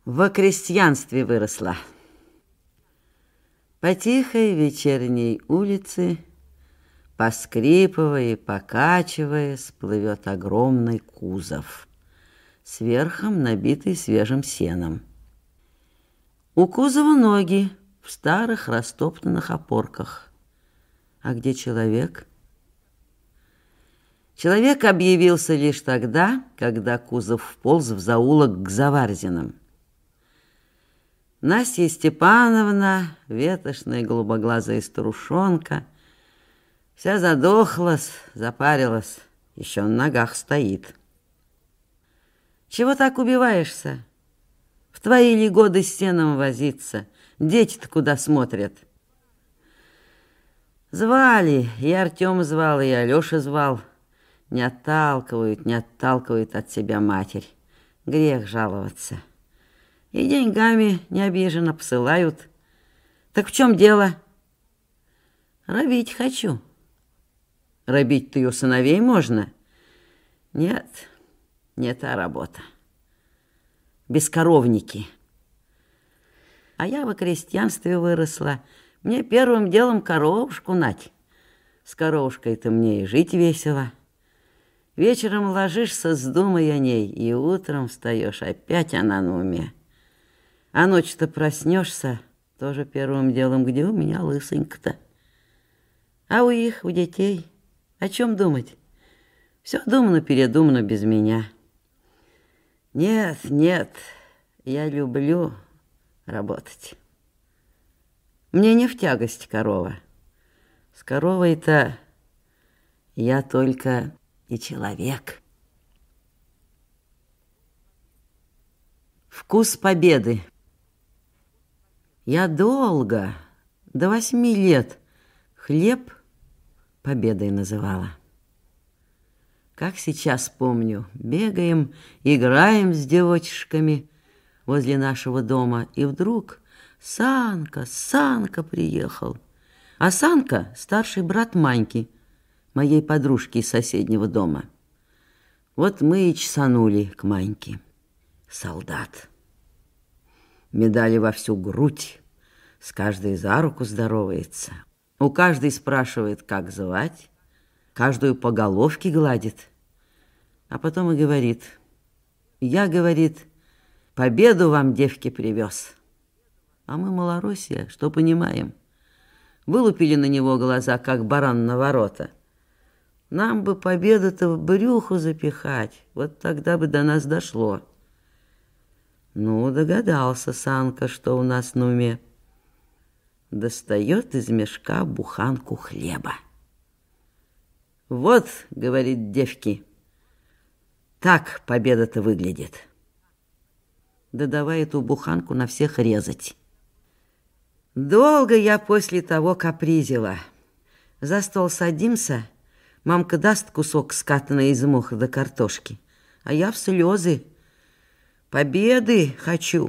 Во крестьянстве выросла. По тихой вечерней улице, поскрипывая и покачивая, сплывет огромный кузов, сверхом набитый свежим сеном. У кузова ноги в старых растоптанных опорках. А где человек? Человек объявился лишь тогда, когда кузов вполз в заулок к Заварзиным. Настя Степановна, ветошная голубоглазая старушонка, вся задохлась, запарилась, еще на ногах стоит. Чего так убиваешься? В твои ли годы с сеном возиться? Дети-то куда смотрят? Звали, и Артем звал, и Алеша звал. Не отталкивают от себя матерь. Грех жаловаться. И деньгами не обиженно посылают. Так в чем дело? Робить хочу. Робить-то и у сыновей можно? Нет, не та работа. Бескоровники. А я во крестьянстве выросла. Мне первым делом коровушку нать. С коровушкой-то мне и жить весело. Вечером ложишься с думой о ней, и утром встаешь, опять она на уме. А ночью-то проснешься, тоже первым делом, где у меня лысенька-то. А у их, у детей, о чем думать? Все думано-передумано без меня. Нет, я люблю работать. Мне не в тягость корова. С коровой-то я только и человек. Вкус победы. Я долго, до 8 лет, хлеб победой называла. Как сейчас помню, бегаем, играем с девочками возле нашего дома, и вдруг Санка приехал. А Санка — старший брат Маньки, моей подружки из соседнего дома. Вот мы и чесанули к Маньке. Солдат. Медали во всю грудь, с каждой за руку здоровается. У каждой спрашивает, как звать, каждую по головке гладит. А потом и говорит: я, говорит, победу вам, девки, привез. А мы, Малороссия, что понимаем? Вылупили на него глаза, как баран на ворота. Нам бы победу-то в брюхо запихать, вот тогда бы до нас дошло. Ну, догадался Санка, что у нас на уме. Достает из мешка буханку хлеба. Вот, говорит, девки, так победа-то выглядит. Да давай эту буханку на всех резать. Долго я после того капризила. За стол садимся, мамка даст кусок скатанной из мух до картошки, а я в слезы. Победы хочу.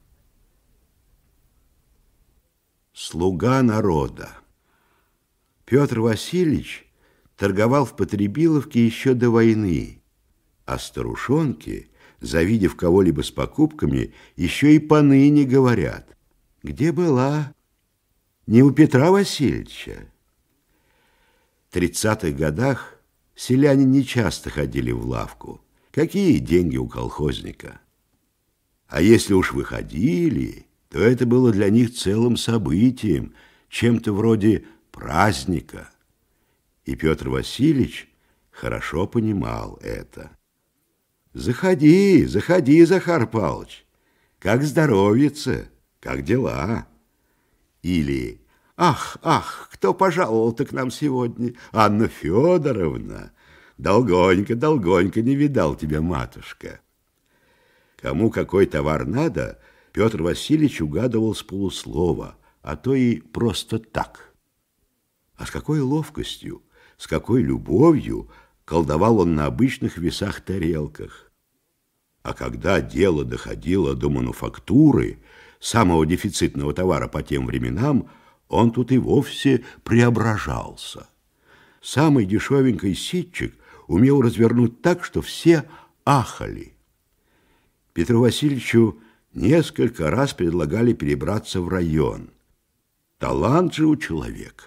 Слуга народа. Петр Васильевич торговал в Потребиловке еще до войны, а старушонки, завидев кого-либо с покупками, еще и поныне говорят: где была? Не у Петра Васильевича. В 30-х годах селяне нечасто ходили в лавку. Какие деньги у колхозника? А если уж выходили, то это было для них целым событием, чем-то вроде праздника. И Петр Васильевич хорошо понимал это. Заходи, Захар Павлович, как здоровится, как дела? Или ах, кто пожаловал-то к нам сегодня? Анна Федоровна, долгонько не видал тебя, матушка. Кому какой товар надо, Петр Васильевич угадывал с полуслова, а то и просто так. А с какой ловкостью, с какой любовью колдовал он на обычных весах-тарелках. А когда дело доходило до мануфактуры, самого дефицитного товара по тем временам, он тут и вовсе преображался. Самый дешевенький ситчик умел развернуть так, что все ахали. Петру Васильевичу несколько раз предлагали перебраться в район. Талант же у человека.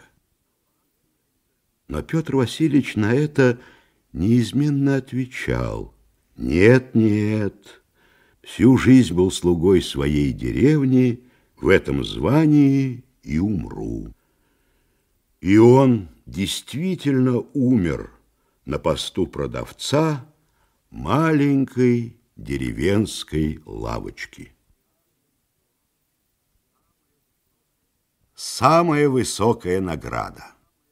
Но Петр Васильевич на это неизменно отвечал: «Нет, нет, всю жизнь был слугой своей деревни, в этом звании и умру». И он действительно умер на посту продавца маленькой деревенской лавочки. Самая высокая награда.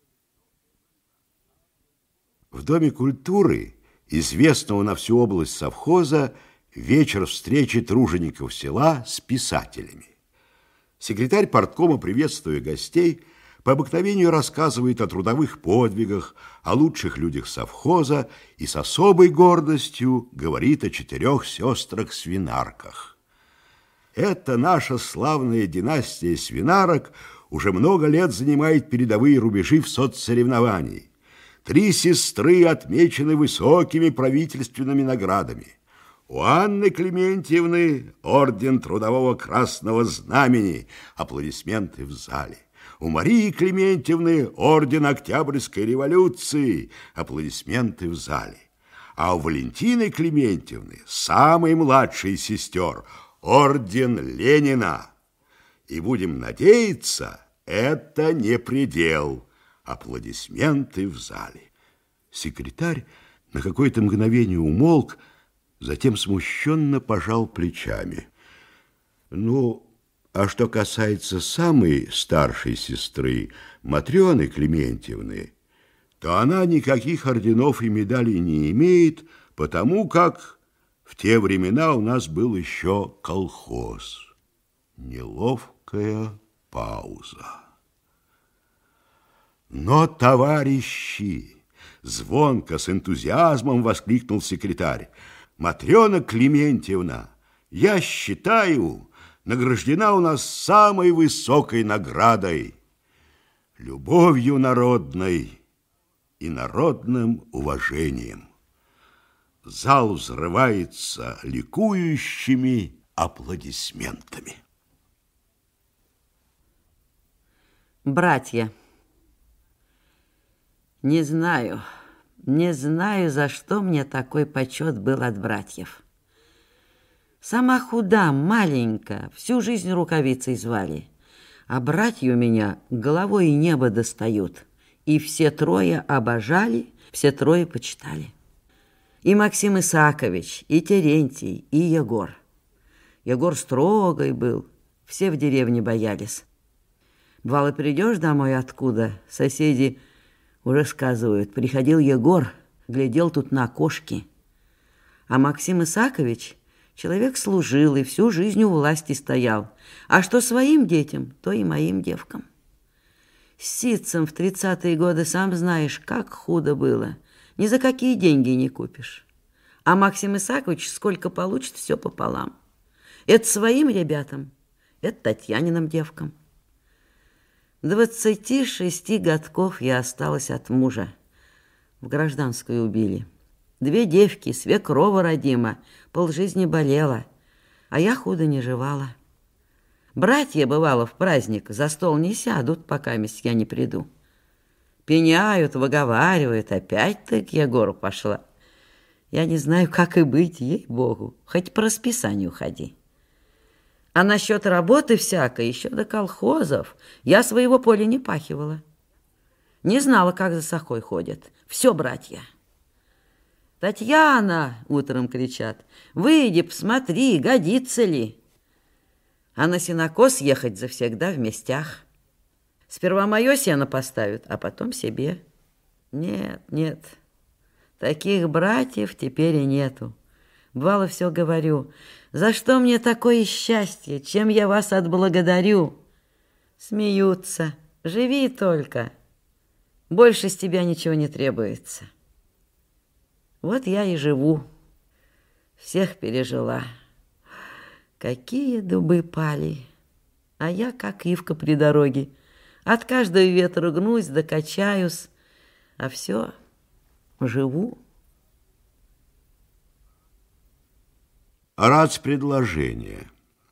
В Доме культуры, известного на всю область совхоза, вечер встречи тружеников села с писателями. Секретарь парткома, приветствуя гостей, по обыкновению рассказывает о трудовых подвигах, о лучших людях совхоза и с особой гордостью говорит о 4 сестрах-свинарках. Эта наша славная династия свинарок уже много лет занимает передовые рубежи в соцсоревновании. 3 сестры отмечены высокими правительственными наградами. У Анны Клементьевны орден Трудового Красного Знамени, аплодисменты в зале. У Марии Клементьевны орден Октябрьской революции, аплодисменты в зале. А у Валентины Клементьевны, самой младшей сестер, орден Ленина. И будем надеяться, это не предел. Аплодисменты в зале. Секретарь на какое-то мгновение умолк, затем смущенно пожал плечами. Ну, а что касается самой старшей сестры, Матрёны Клементьевны, то она никаких орденов и медалей не имеет, потому как в те времена у нас был еще колхоз. Неловкая пауза. Но, товарищи, звонко, с энтузиазмом воскликнул секретарь, Матрёна Клементьевна, я считаю, награждена у нас самой высокой наградой – любовью народной и народным уважением. Зал взрывается ликующими аплодисментами. Братья. Не знаю, за что мне такой почет был от братьев. Сама худа, маленькая, всю жизнь рукавицей звали. А братья у меня головой и небо достают. И все 3 обожали, все 3 почитали. И Максим Исаакович, и Терентий, и Егор. Егор строгой был, все в деревне боялись. Бывало, придешь домой откуда, соседи уже сказывают, приходил Егор, глядел тут на окошки. А Максим Исаакович человек служил и всю жизнь у власти стоял. А что своим детям, то и моим девкам. С ситцем в 30-е годы, сам знаешь, как худо было. Ни за какие деньги не купишь. А Максим Исаакович сколько получит, все пополам. Это своим ребятам, это Татьяниным девкам. 26 годков я осталась от мужа. В гражданскую убили. 2 девки, свекрова родима, полжизни болела, а я худо не жевала. Братья, бывало, в праздник за стол не сядут, пока я не приду. Пеняют, выговаривают, опять-то к Егору пошла. Я не знаю, как и быть, ей-богу, хоть по расписанию ходи. А насчет работы всякой, еще до колхозов, я своего поля не пахивала. Не знала, как за сахой ходят. Все братья. «Татьяна!» — утром кричат. «Выйди, посмотри, годится ли!» А на сенокос ехать завсегда в местях. Сперва мое сено поставят, а потом себе. Нет, нет, таких братьев теперь и нету. Бывало, все говорю: за что мне такое счастье, чем я вас отблагодарю? Смеются: живи только, больше с тебя ничего не требуется. Вот я и живу, всех пережила. Какие дубы пали, а я, как ивка при дороге, от каждого ветра гнусь да качаюсь, а все живу. Рацпредложение.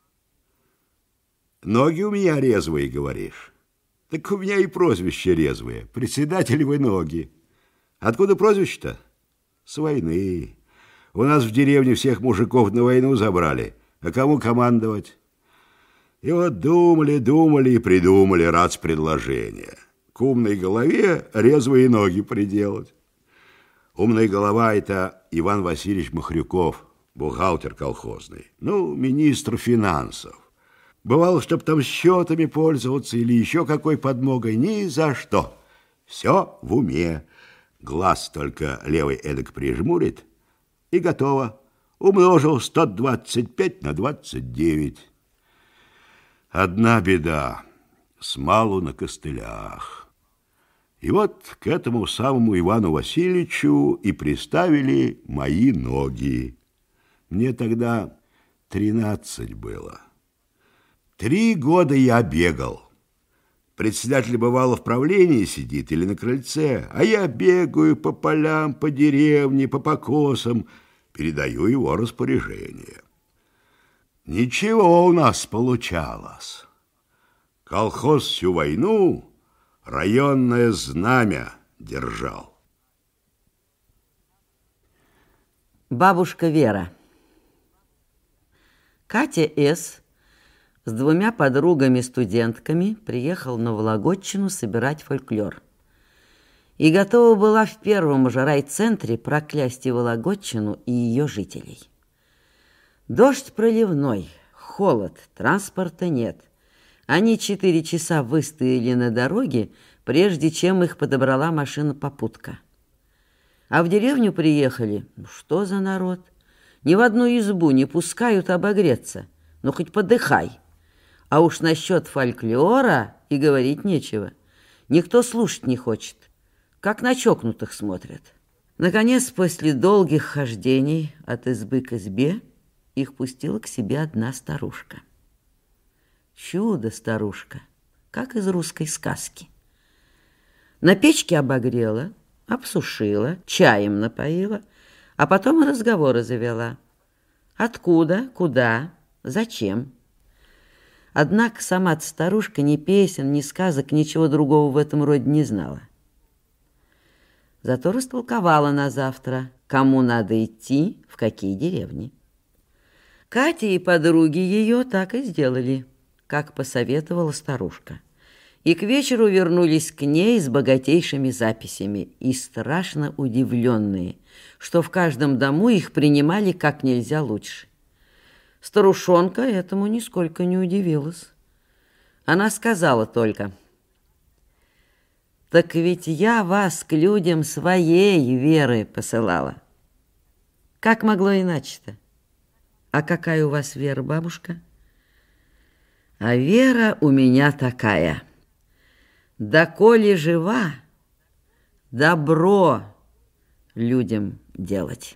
ноги у меня резвые, говоришь? Так у меня и прозвище резвое. Председателевы ноги. Откуда прозвище-то? С войны. У нас в деревне всех мужиков на войну забрали. А кому командовать? И вот думали, думали и придумали рацпредложение. К умной голове резвые ноги приделать. Умная голова – это Иван Васильевич Махрюков, бухгалтер колхозный. Ну, министр финансов. Бывало, чтоб там счетами пользоваться или еще какой подмогой. Ни за что. Все в уме. Глаз только левый эдак прижмурит, и готово. Умножил 125 на 29. Одна беда. Смалу на костылях. И вот к этому самому Ивану Васильевичу и приставили мои ноги. Мне тогда 13 было. 3 года я бегал. Председатель, бывало, в правлении сидит или на крыльце, а я бегаю по полям, по деревне, по покосам, передаю его распоряжение. Ничего у нас получалось. Колхоз всю войну районное знамя держал. Бабушка Вера. Катя С. с 2 подругами-студентками приехал на Вологодчину собирать фольклор. И готова была в первом же райцентре проклясть и Вологодчину, и ее жителей. Дождь проливной, холод, транспорта нет. Они 4 часа выстояли на дороге, прежде чем их подобрала машина-попутка. А в деревню приехали, что за народ? Ни в одну избу не пускают обогреться, ну хоть подыхай. А уж насчет фольклора и говорить нечего. Никто слушать не хочет, как на чокнутых смотрят. Наконец, после долгих хождений от избы к избе, их пустила к себе одна старушка. Чудо-старушка, как из русской сказки. На печке обогрела, обсушила, чаем напоила, а потом разговоры завела. Откуда, куда, зачем? Однако сама-то старушка ни песен, ни сказок, ничего другого в этом роде не знала. Зато растолковала на завтра, кому надо идти, в какие деревни. Катя и подруги ее так и сделали, как посоветовала старушка. И к вечеру вернулись к ней с богатейшими записями и страшно удивленные, что в каждом дому их принимали как нельзя лучше. Старушонка этому нисколько не удивилась. Она сказала только: «Так ведь я вас к людям своей веры посылала. Как могло иначе-то? А какая у вас вера, бабушка?» «А вера у меня такая: доколе жива, добро людям делать».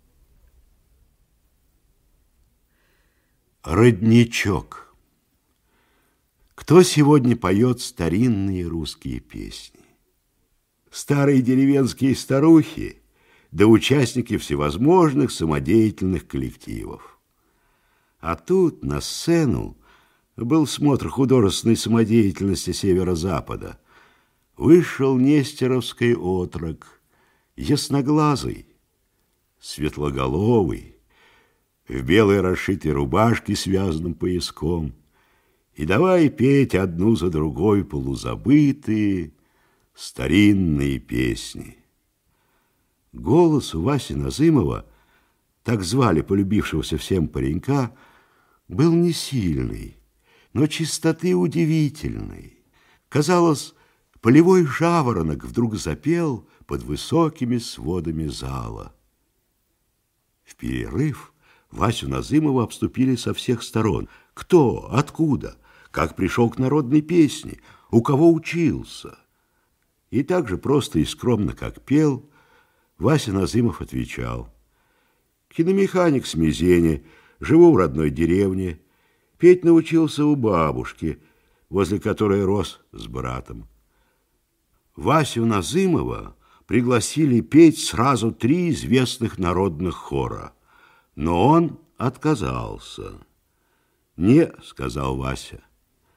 Родничок. Кто сегодня поет старинные русские песни? Старые деревенские старухи, да участники всевозможных самодеятельных коллективов. А тут на сцену был смотр художественной самодеятельности Северо-Запада. Вышел нестеровский отрок, ясноглазый, светлоголовый, в белой расшитой рубашке с вязаным пояском, и давай петь одну за другой полузабытые старинные песни. Голос у Васи Назымова, так звали полюбившегося всем паренька, был не сильный, но чистоты удивительной. Казалось, полевой жаворонок вдруг запел под высокими сводами зала. В перерыв Васю Назымова обступили со всех сторон. Кто, откуда, как пришел к народной песне, у кого учился. И так же просто и скромно, как пел, Вася Назымов отвечал: «Киномеханик с Мизени, живу в родной деревне, петь научился у бабушки, возле которой рос с братом». Васю Назымова пригласили петь сразу 3 известных народных хора, но он отказался. «Не», — сказал Вася,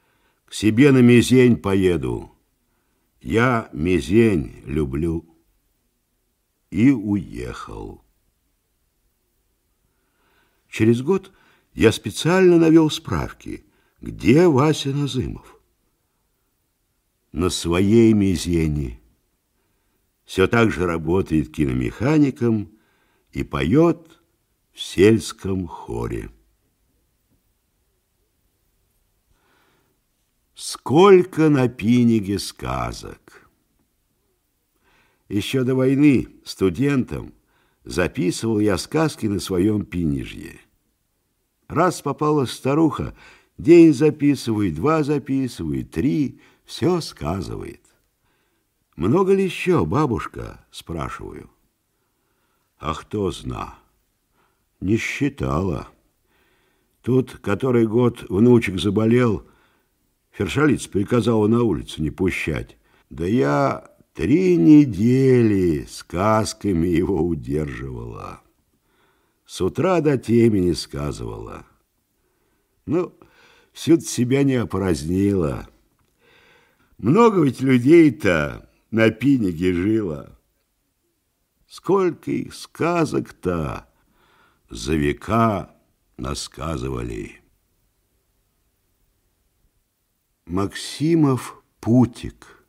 К себе на Мезень поеду. Я Мезень люблю. И уехал. Через год я специально навел справки, где Вася Назымов. На своей Мезени. Все так же работает киномехаником и поет в сельском хоре. Сколько на Пиниге сказок! Еще до войны студентом записывал я сказки на своем пинижье. Раз попалась старуха, день записывает, два записывает, три, все сказывает. Много ли еще, бабушка, спрашиваю? А кто зна? Не считала. Тут, который год внучек заболел, фершалица приказала на улицу не пущать. Да я 3 недели сказками его удерживала. С утра до темени сказывала. Ну, всю себя не опразднила. Много ведь людей-то на Пиниге жило. Сколько их сказок-то за века насказывали. Максимов путик.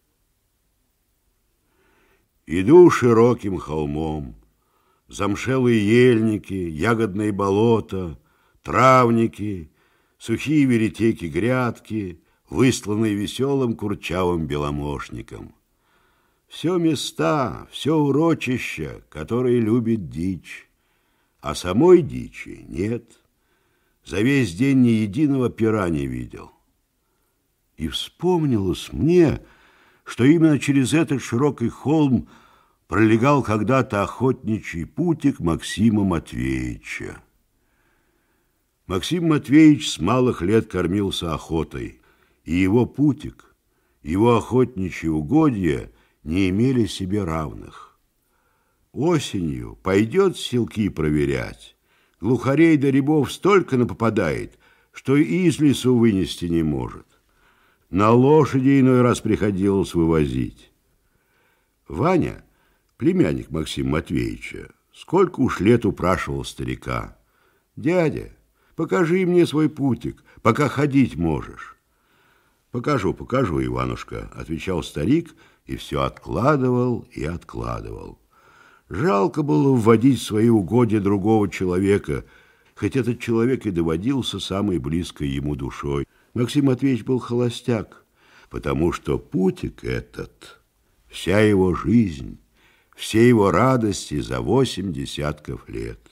Иду широким холмом. Замшелые ельники, ягодные болота, травники, сухие веретеки грядки, высланные веселым курчавым беломошником. Все места, все урочища, которые любит дичь. А самой дичи нет. За весь день ни единого пера не видел. И вспомнилось мне, что именно через этот широкий холм пролегал когда-то охотничий путик Максима Матвеевича. Максим Матвеевич с малых лет кормился охотой, и его путик, его охотничьи угодья не имели себе равных. Осенью пойдет селки проверять. Глухарей да рябов столько напопадает, что и из лесу вынести не может. На лошади иной раз приходилось вывозить. Ваня, племянник Максима Матвеевича, сколько уж лет упрашивал старика: «Дядя, покажи мне свой путик, пока ходить можешь». «Покажу, покажу, Иванушка», — отвечал старик, и все откладывал и откладывал. Жалко было вводить в свои угодья другого человека, хоть этот человек и доводился самой близкой ему душой. Максим Матвеевич был холостяк, потому что путик этот, вся его жизнь, все его радости за 8 десятков лет.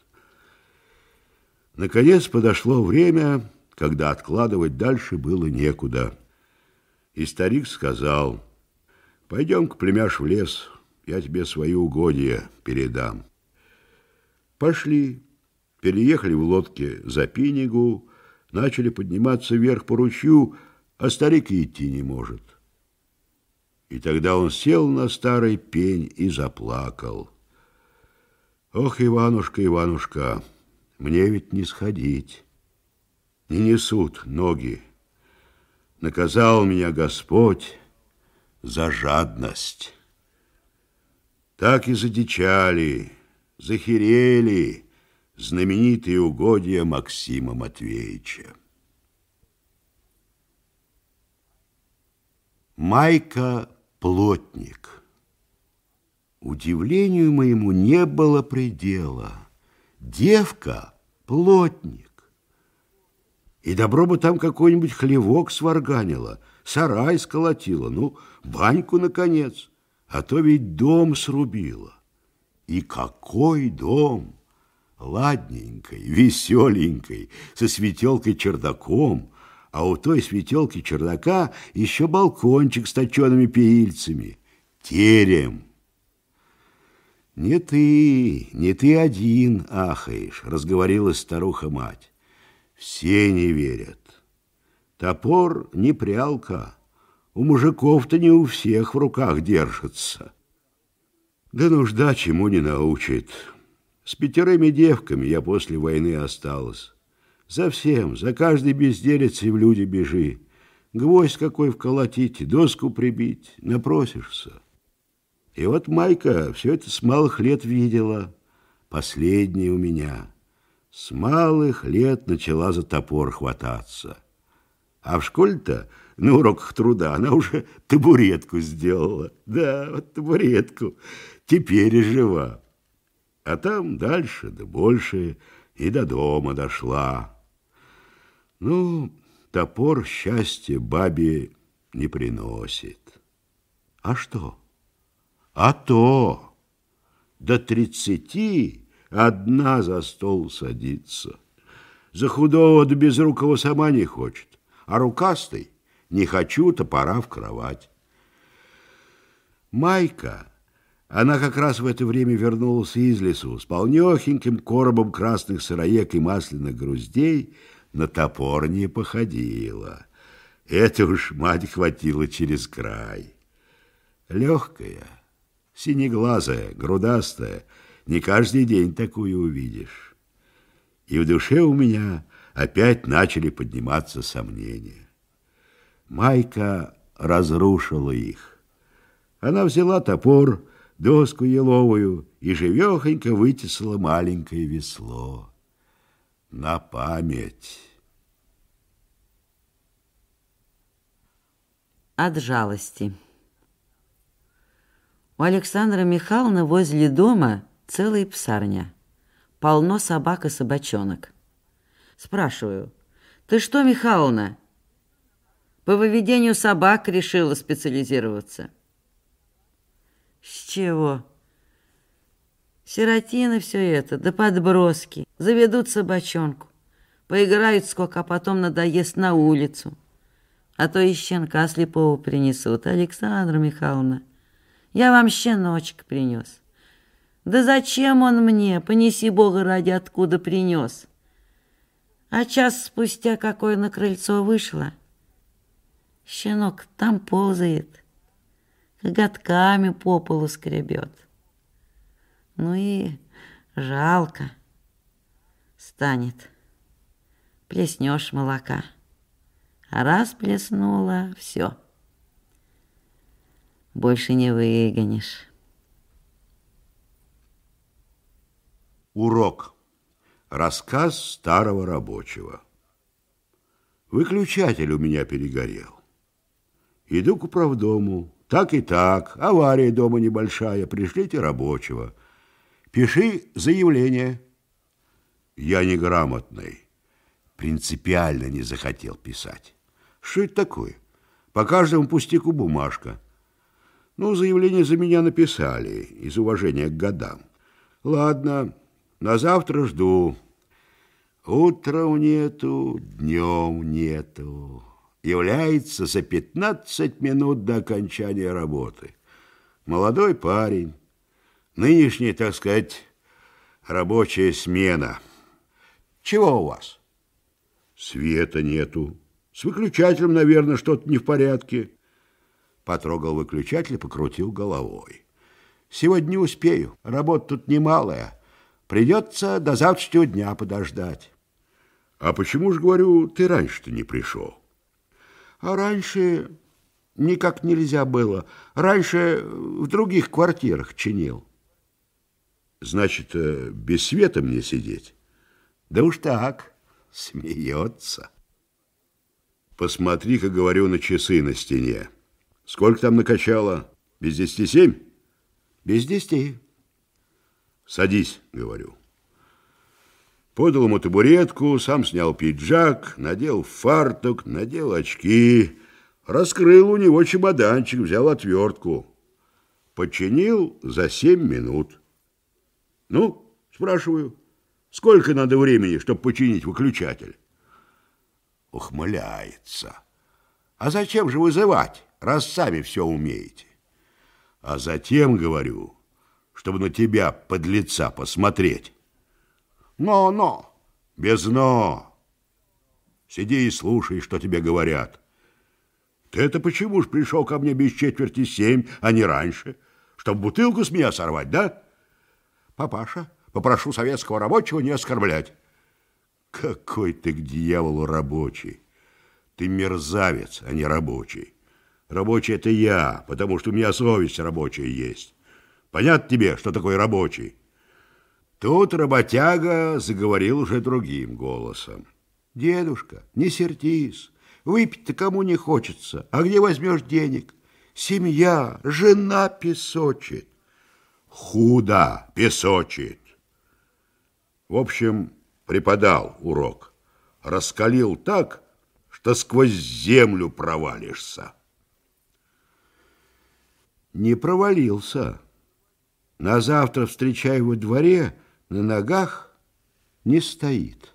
Наконец подошло время, когда откладывать дальше было некуда. И старик сказал: «Пойдем-ка, племяш, в лес, я тебе свои угодья передам». Пошли, переехали в лодке за Пинигу, начали подниматься вверх по ручью, а старик и идти не может. И тогда он сел на старый пень и заплакал. «Ох, Иванушка, Иванушка, мне ведь не сходить, не несут ноги. Наказал меня Господь за жадность». Так и задичали, захерели знаменитые угодья Максима Матвеевича. Майка плотник. Удивлению моему не было предела. Девка плотник. И добро бы там какой-нибудь хлевок сварганила, сарай сколотила, ну, баньку, наконец, а то ведь дом срубила. И какой дом! Ладненькой, веселенькой, со светелкой-чердаком, а у той светелки чердака еще балкончик с точеными перильцами, терем. Не ты один ахаешь, разговорилась старуха-мать. Все не верят. Топор не прялка, у мужиков-то не у всех в руках держится. Да нужда чему не научит. С 5 девками я после войны осталась. За всем, за каждой безделицей в люди бежи. гвоздь какой вколотить, доску прибить, напросишься. И вот Майка все это с малых лет видела, последняя у меня. С малых лет начала за топор хвататься. А в школе-то на уроках труда она уже табуретку сделала. Да, вот табуретку. Теперь и жива. А там дальше, да больше, и до дома дошла. Ну, топор счастья бабе не приносит. А что? А то до 30 одна за стол садится. За худого да безрукого сама не хочет. А рукастый не хочу, топора в кровать. Майка, она как раз в это время вернулась из лесу с полнехеньким коробом красных сыроек и масляных груздей, на топор не походила. Это уж мать хватила через край. Легкая, синеглазая, грудастая, не каждый день такую увидишь. И в душе у меня опять начали подниматься сомнения. Майка разрушила их. Она взяла топор, доску еловую и живехонько вытесала маленькое весло. На память. От жалости. У Александра Михайловны возле дома целая псарня. Полно собак и собачонок. Спрашиваю: ты что, Михайловна, по выведению собак решила специализироваться? С чего? Сиротины все это, да подброски. Заведут собачонку, поиграют сколько, а потом надоест на улицу. А то и щенка слепого принесут. Александра Михайловна, я вам щеночек принес. Да зачем он мне? Понеси Бога ради, откуда принес. А час спустя, какой на крыльцо вышла, щенок там ползает, коготками по полу скребет. Ну и жалко станет. Плеснешь молока. А раз плеснула, все. Больше не выгонишь. Урок. Рассказ старого рабочего. Выключатель у меня перегорел. Иду к управдому. Так и так, авария дома небольшая, пришлите рабочего. Пиши заявление. Я неграмотный. Принципиально не захотел писать. Что это такое? По каждому пустяку бумажка. Ну, заявление за меня написали, из уважения к годам. Ладно, на завтра жду. Утром нету, днем нету. Является за 15 минут до окончания работы. Молодой парень. Нынешняя, так сказать, рабочая смена. Чего у вас? Света нету. С выключателем, наверное, что-то не в порядке. Потрогал выключатель, покрутил головой. Сегодня не успею. Работа тут немалая. Придется до завтрашнего дня подождать. А почему же, говорю, ты раньше-то не пришел? А раньше никак нельзя было. Раньше в других квартирах чинил. Значит, без света мне сидеть? Да уж так, смеется. Посмотри-ка, говорю, на часы на стене. Сколько там накачало? Без 10:07? Без 10. Садись, говорю. Подал ему табуретку, сам снял пиджак, надел фартук, надел очки, раскрыл у него чемоданчик, взял отвертку. Починил за 7 минут. Ну, спрашиваю, сколько надо времени, чтобы починить выключатель? Ухмыляется. А зачем же вызывать, раз сами все умеете? А затем, говорю, чтобы на тебя, подлеца, посмотреть. Но, без но. Сиди и слушай, что тебе говорят. Ты-то почему ж пришел ко мне без 6:45, а не раньше? Чтоб бутылку с меня сорвать, да? Папаша, попрошу советского рабочего не оскорблять. Какой ты к дьяволу рабочий. Ты мерзавец, а не рабочий. Рабочий — это я, потому что у меня совесть рабочая есть. Понятно тебе, что такое рабочий? Тут работяга заговорил уже другим голосом. Дедушка, не сердись, выпить-то кому не хочется. А где возьмешь денег? Семья, жена песочит. Худо песочит. В общем, преподал урок. Раскалил так, что сквозь землю провалишься. Не провалился. На завтра, встречая во дворе, на ногах не стоит.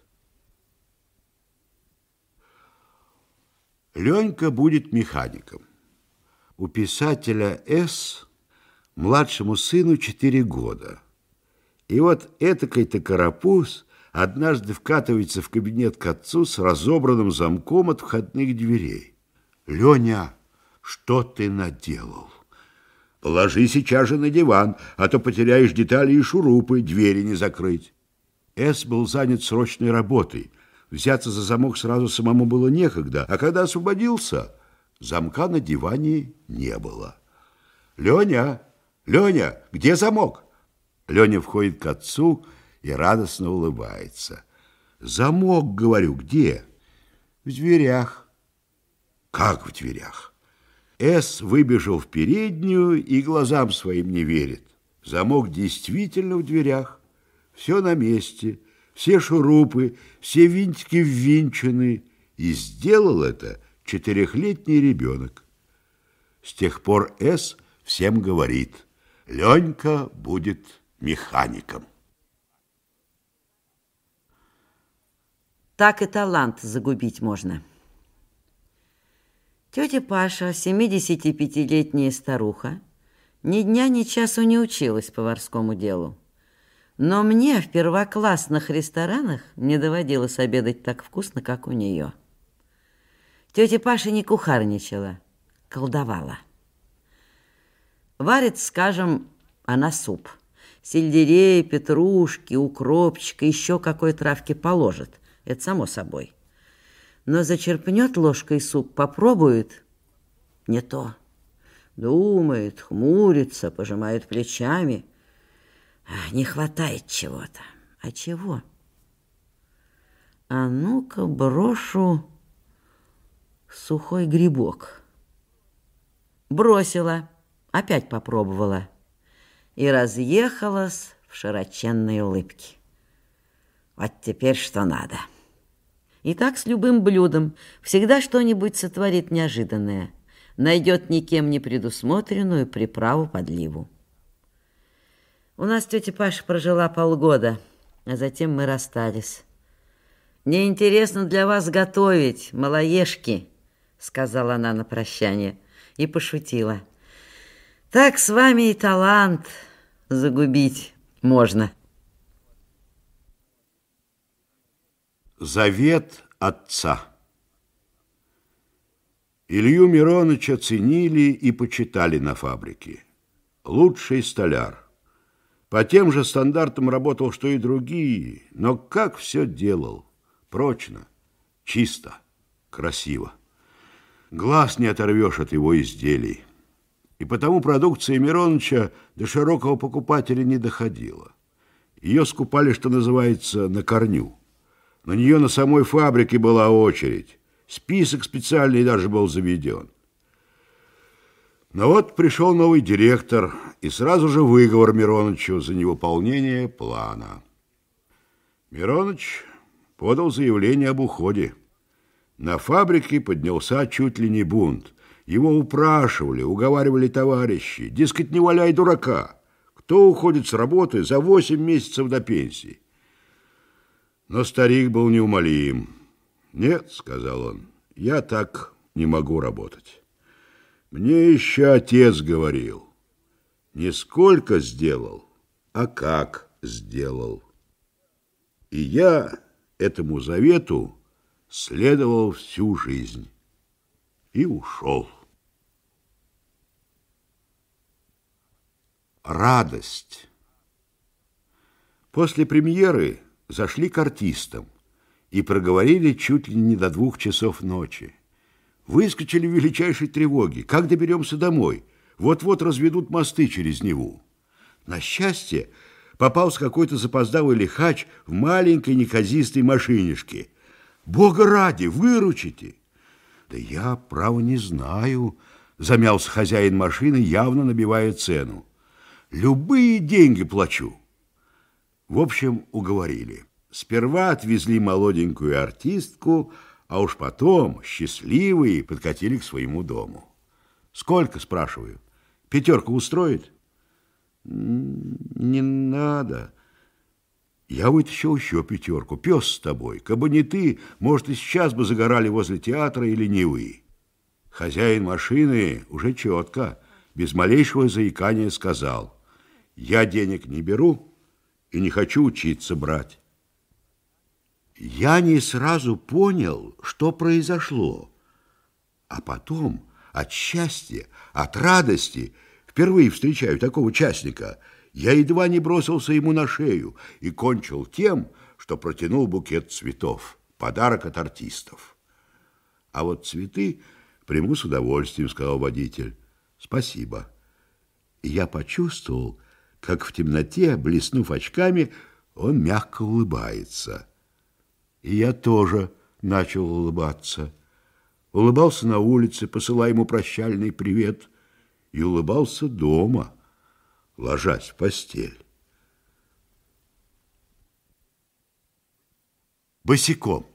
Ленька будет механиком. У писателя С. младшему сыну 4 года. И вот этакой-то карапуз однажды вкатывается в кабинет к отцу с разобранным замком от входных дверей. «Леня, что ты наделал? Положи сейчас же на диван, а то потеряешь детали и шурупы, двери не закрыть». С. был занят срочной работой. Взяться за замок сразу самому было некогда, а когда освободился, замка на диване не было. «Леня! Леня, где замок?» Леня входит к отцу и радостно улыбается. «Замок, говорю, где?» «В дверях». «Как в дверях?» С. выбежал в переднюю и глазам своим не верит. Замок действительно в дверях. Все на месте, все шурупы, все винтики ввинчены. И сделал это 4-летний ребенок. С тех пор С. всем говорит: Ленька будет механиком. Так и талант загубить можно. Тетя Паша, 75-летняя старуха, ни дня ни часу не училась поварскому делу. Но мне в первоклассных ресторанах не доводилось обедать так вкусно, как у нее. Тетя Паша не кухарничала, колдовала. Варит, скажем, она суп. Сельдерей, петрушки, укропчика, еще какой травки положит. Это само собой. Но зачерпнет ложкой суп, попробует — не то. Думает, хмурится, пожимает плечами. Не хватает чего-то. А чего? А ну-ка брошу сухой грибок. Бросила, опять попробовала и разъехалась в широченной улыбке. Вот теперь что надо. И так с любым блюдом. Всегда что-нибудь сотворит неожиданное. Найдет никем не предусмотренную приправу-подливу. У нас тетя Паша прожила полгода, а затем мы расстались. «Мне интересно для вас готовить, малоежки», — сказала она на прощание и пошутила. «Так с вами и талант загубить можно». Завет отца. Илью Мироныча ценили и почитали на фабрике. Лучший столяр. По тем же стандартам работал, что и другие, но как все делал. Прочно, чисто, красиво. Глаз не оторвешь от его изделий. И потому продукция Мироныча до широкого покупателя не доходила. Ее скупали, что называется, на корню. На нее на самой фабрике была очередь. Список специальный даже был заведен. Но вот пришел новый директор, и сразу же выговор Миронычу за невыполнение плана. Мироныч подал заявление об уходе. На фабрике поднялся чуть ли не бунт. Его упрашивали, уговаривали товарищи. Дескать, не валяй дурака. Кто уходит с работы за 8 месяцев до пенсии? Но старик был неумолим. «Нет, — сказал он, — я так не могу работать. Мне еще отец говорил, не сколько сделал, а как сделал. И я этому завету следовал всю жизнь и ушел». Радость. После премьеры зашли к артистам и проговорили чуть ли не до 2 часов ночи. Выскочили в величайшей тревоге. Как доберемся домой? Вот-вот разведут мосты через Неву. На счастье, попался какой-то запоздалый лихач в маленькой неказистой машинишке. Бога ради, выручите! Да я, право, не знаю, замялся хозяин машины, явно набивая цену. Любые деньги плачу. В общем, уговорили. Сперва отвезли молоденькую артистку, а уж потом, счастливые, подкатили к своему дому. Сколько, спрашиваю? 5 устроит? Не надо. Я вытащил еще 5. Пес с тобой. Кабы не ты, может, и сейчас бы загорали возле театра или Невы. Хозяин машины уже четко, без малейшего заикания сказал: я денег не беру и не хочу учиться брать. Я не сразу понял, что произошло. А потом от счастья, от радости, впервые встречаю такого частника, я едва не бросился ему на шею и кончил тем, что протянул букет цветов, подарок от артистов. А вот цветы приму с удовольствием, сказал водитель. Спасибо. И я почувствовал, как в темноте, блеснув очками, он мягко улыбается. И я тоже начал улыбаться. Улыбался на улице, посылая ему прощальный привет, и улыбался дома, ложась в постель. Босиком.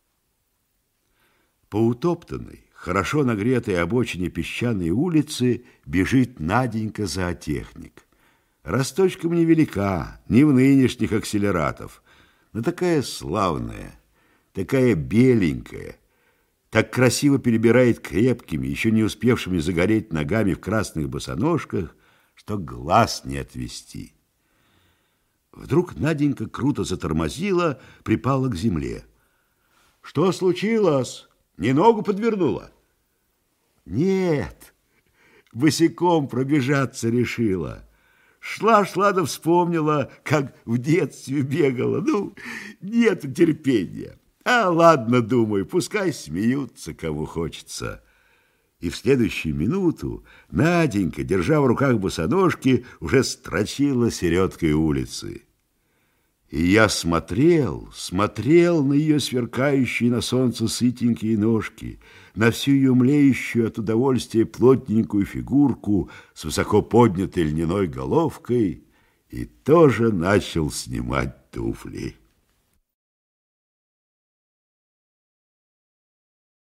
По утоптанной, хорошо нагретой обочине песчаной улицы бежит Наденька зоотехник. Росточком невелика, не в нынешних акселератов, но такая славная, такая беленькая, так красиво перебирает крепкими, еще не успевшими загореть ногами в красных босоножках, что глаз не отвести. Вдруг Наденька круто затормозила, припала к земле. Что случилось? Не ногу подвернула? Нет, босиком пробежаться решила. Шла, да вспомнила, как в детстве бегала. Ну, нет терпения. А ладно, думаю, пускай смеются, кому хочется. И в следующую минуту Наденька, держа в руках босоножки, уже строчила середкой улицы. И я смотрел на ее сверкающие на солнце сытенькие ножки, на всю ее млеющую от удовольствия плотненькую фигурку с высоко поднятой льняной головкой и тоже начал снимать туфли.